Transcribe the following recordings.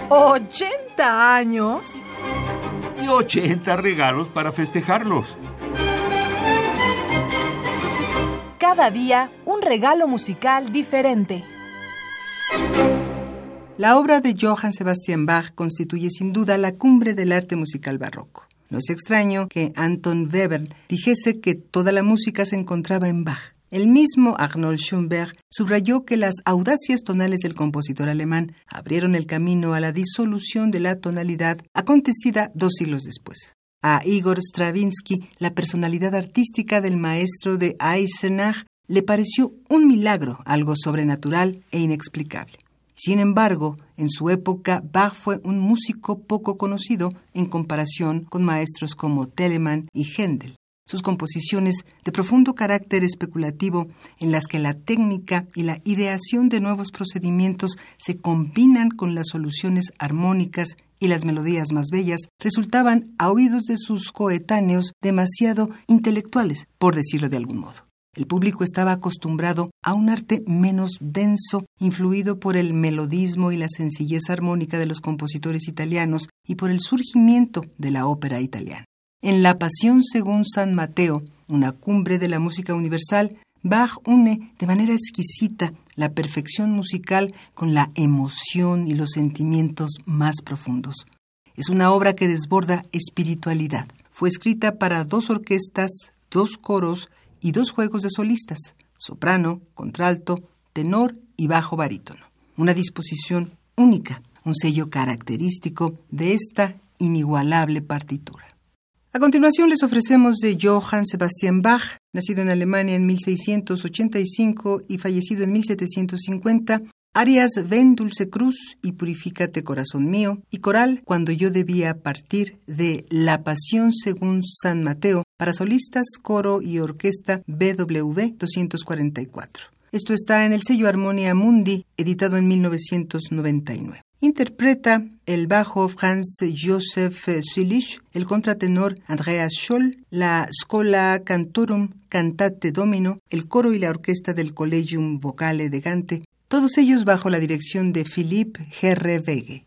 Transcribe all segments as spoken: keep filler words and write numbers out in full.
¿ochenta años? Y ochenta regalos para festejarlos. Cada día, un regalo musical diferente. La obra de Johann Sebastian Bach constituye sin duda la cumbre del arte musical barroco. No es extraño que Anton Webern dijese que toda la música se encontraba en Bach. El mismo Arnold Schoenberg subrayó que las audacias tonales del compositor alemán abrieron el camino a la disolución de la tonalidad acontecida dos siglos después. A Igor Stravinsky, la personalidad artística del maestro de Eisenach le pareció un milagro, algo sobrenatural e inexplicable. Sin embargo, en su época, Bach fue un músico poco conocido en comparación con maestros como Telemann y Händel. Sus composiciones de profundo carácter especulativo, en las que la técnica y la ideación de nuevos procedimientos se combinan con las soluciones armónicas y las melodías más bellas, resultaban a oídos de sus coetáneos demasiado intelectuales, por decirlo de algún modo. El público estaba acostumbrado a un arte menos denso, influido por el melodismo y la sencillez armónica de los compositores italianos y por el surgimiento de la ópera italiana. En La Pasión según San Mateo, una cumbre de la música universal, Bach une de manera exquisita la perfección musical con la emoción y los sentimientos más profundos. Es una obra que desborda espiritualidad. Fue escrita para dos orquestas, dos coros y dos juegos de solistas, soprano, contralto, tenor y bajo barítono. Una disposición única, un sello característico de esta inigualable partitura. A continuación les ofrecemos de Johann Sebastian Bach, nacido en Alemania en mil seiscientos ochenta y cinco y fallecido en mil setecientos cincuenta, arias Ven Dulce Cruz y Purifícate Corazón Mío, y coral Cuando yo debía partir, de La Pasión según San Mateo, para solistas, coro y orquesta B W doscientos cuarenta y cuatro. Esto está en el sello Harmonia Mundi, editado en mil novecientos noventa y nueve. Interpreta el bajo Franz Joseph Süllich, el contratenor Andreas Scholl, la Schola Cantorum Cantate Domino, el coro y la orquesta del Collegium Vocale de Gante, todos ellos bajo la dirección de Philipp Herreweghe.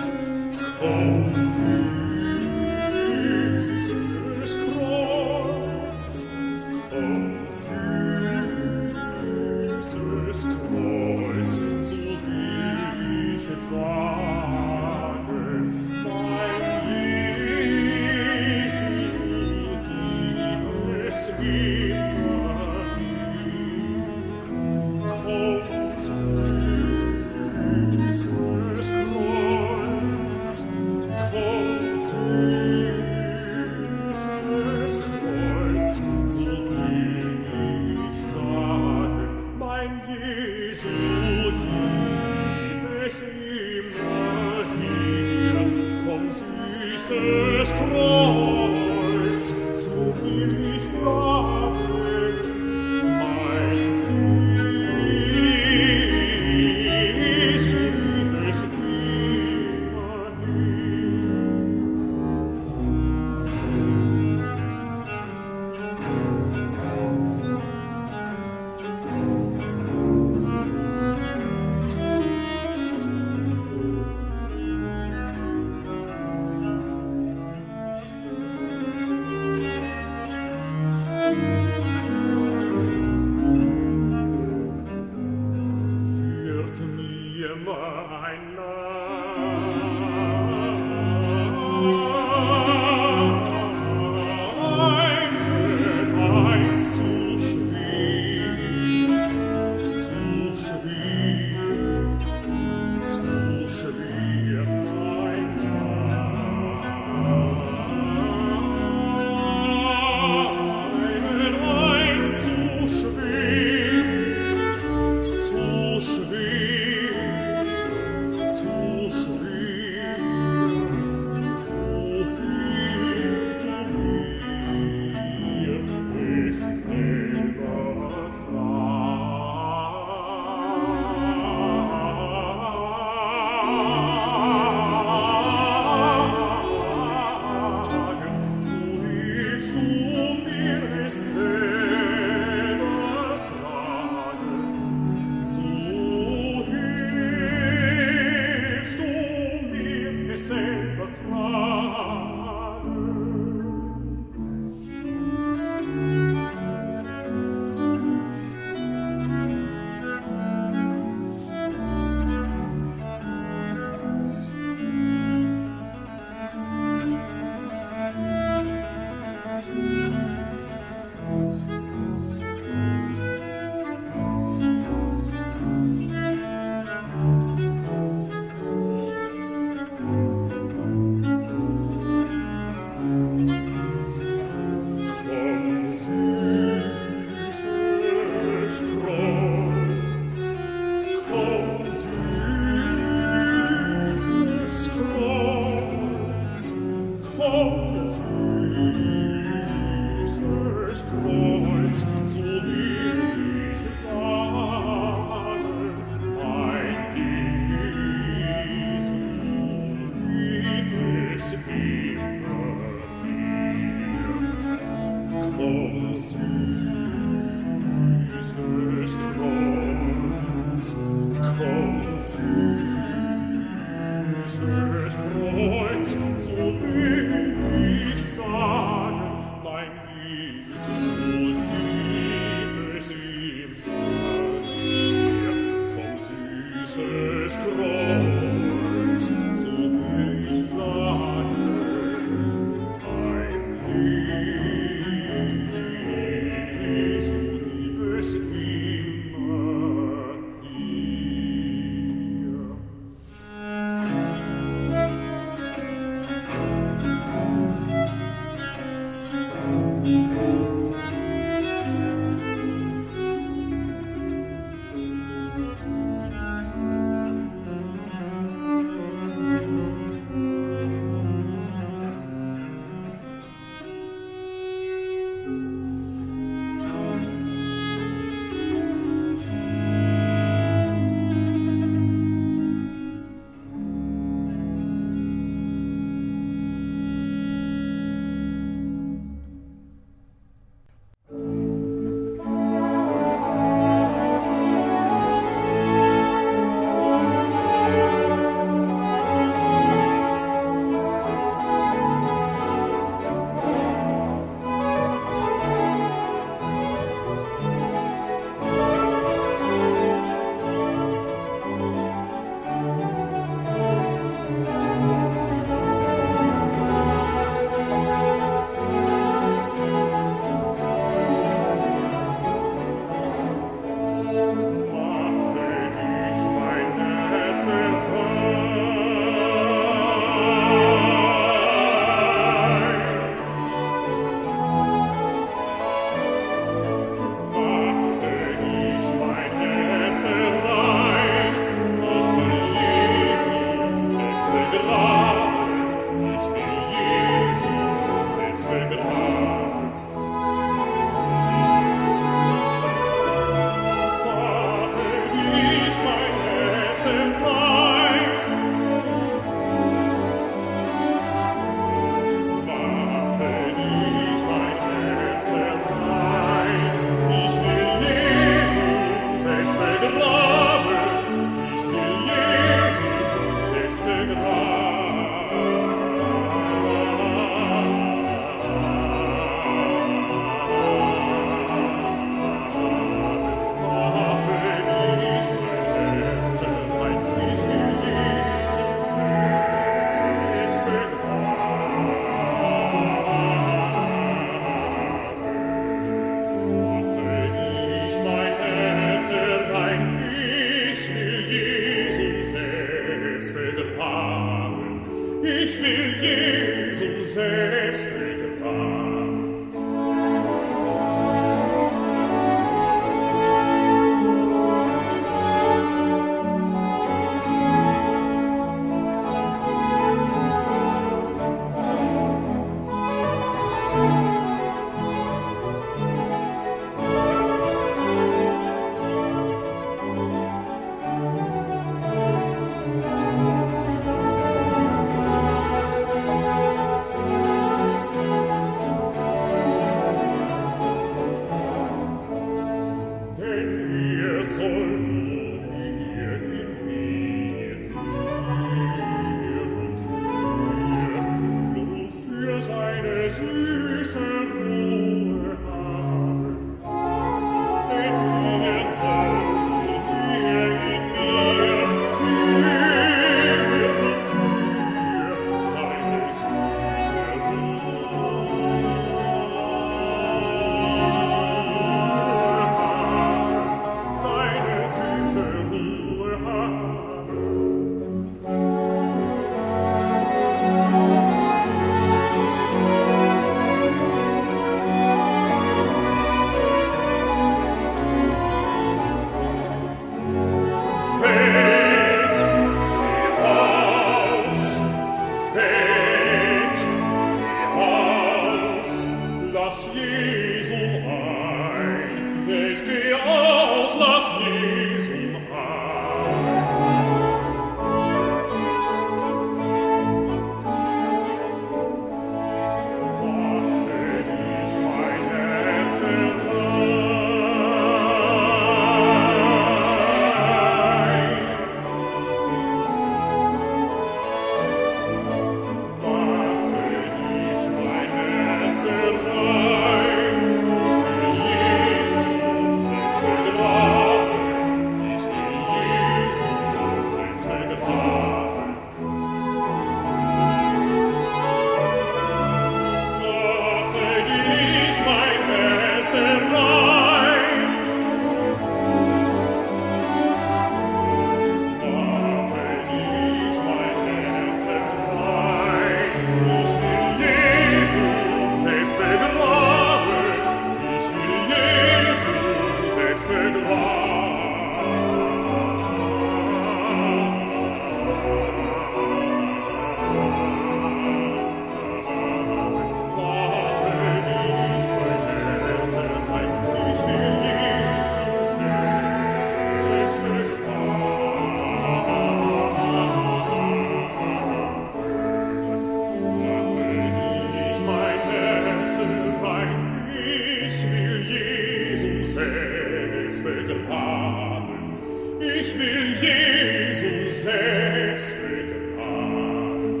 begraben. Ich will Jesus selbst begraben.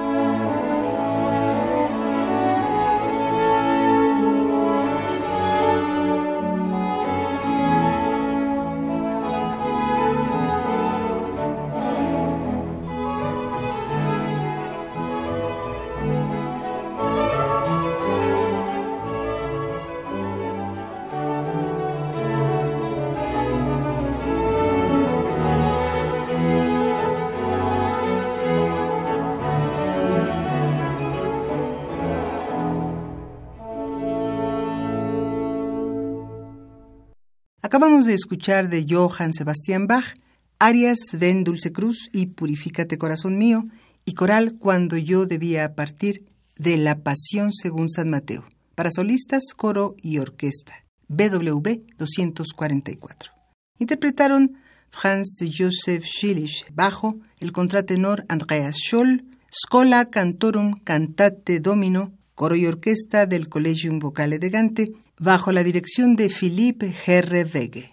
Acabamos de escuchar de Johann Sebastian Bach, arias Ven Dulce Cruz y Purifícate Corazón Mío, y coral Cuando yo debía partir, de La Pasión según San Mateo, para solistas, coro y orquesta, B W V doscientos cuarenta y cuatro. Interpretaron Franz Josef Schillich, bajo, el contratenor Andreas Scholl, Schola Cantorum Cantate Domino, coro y orquesta del Collegium Vocale de Gante, bajo la dirección de Philippe Herreweghe.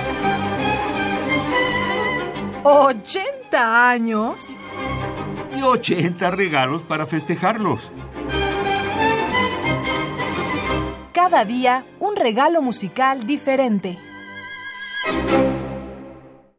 ¿ochenta años? Y ochenta regalos para festejarlos. Cada día un regalo musical diferente.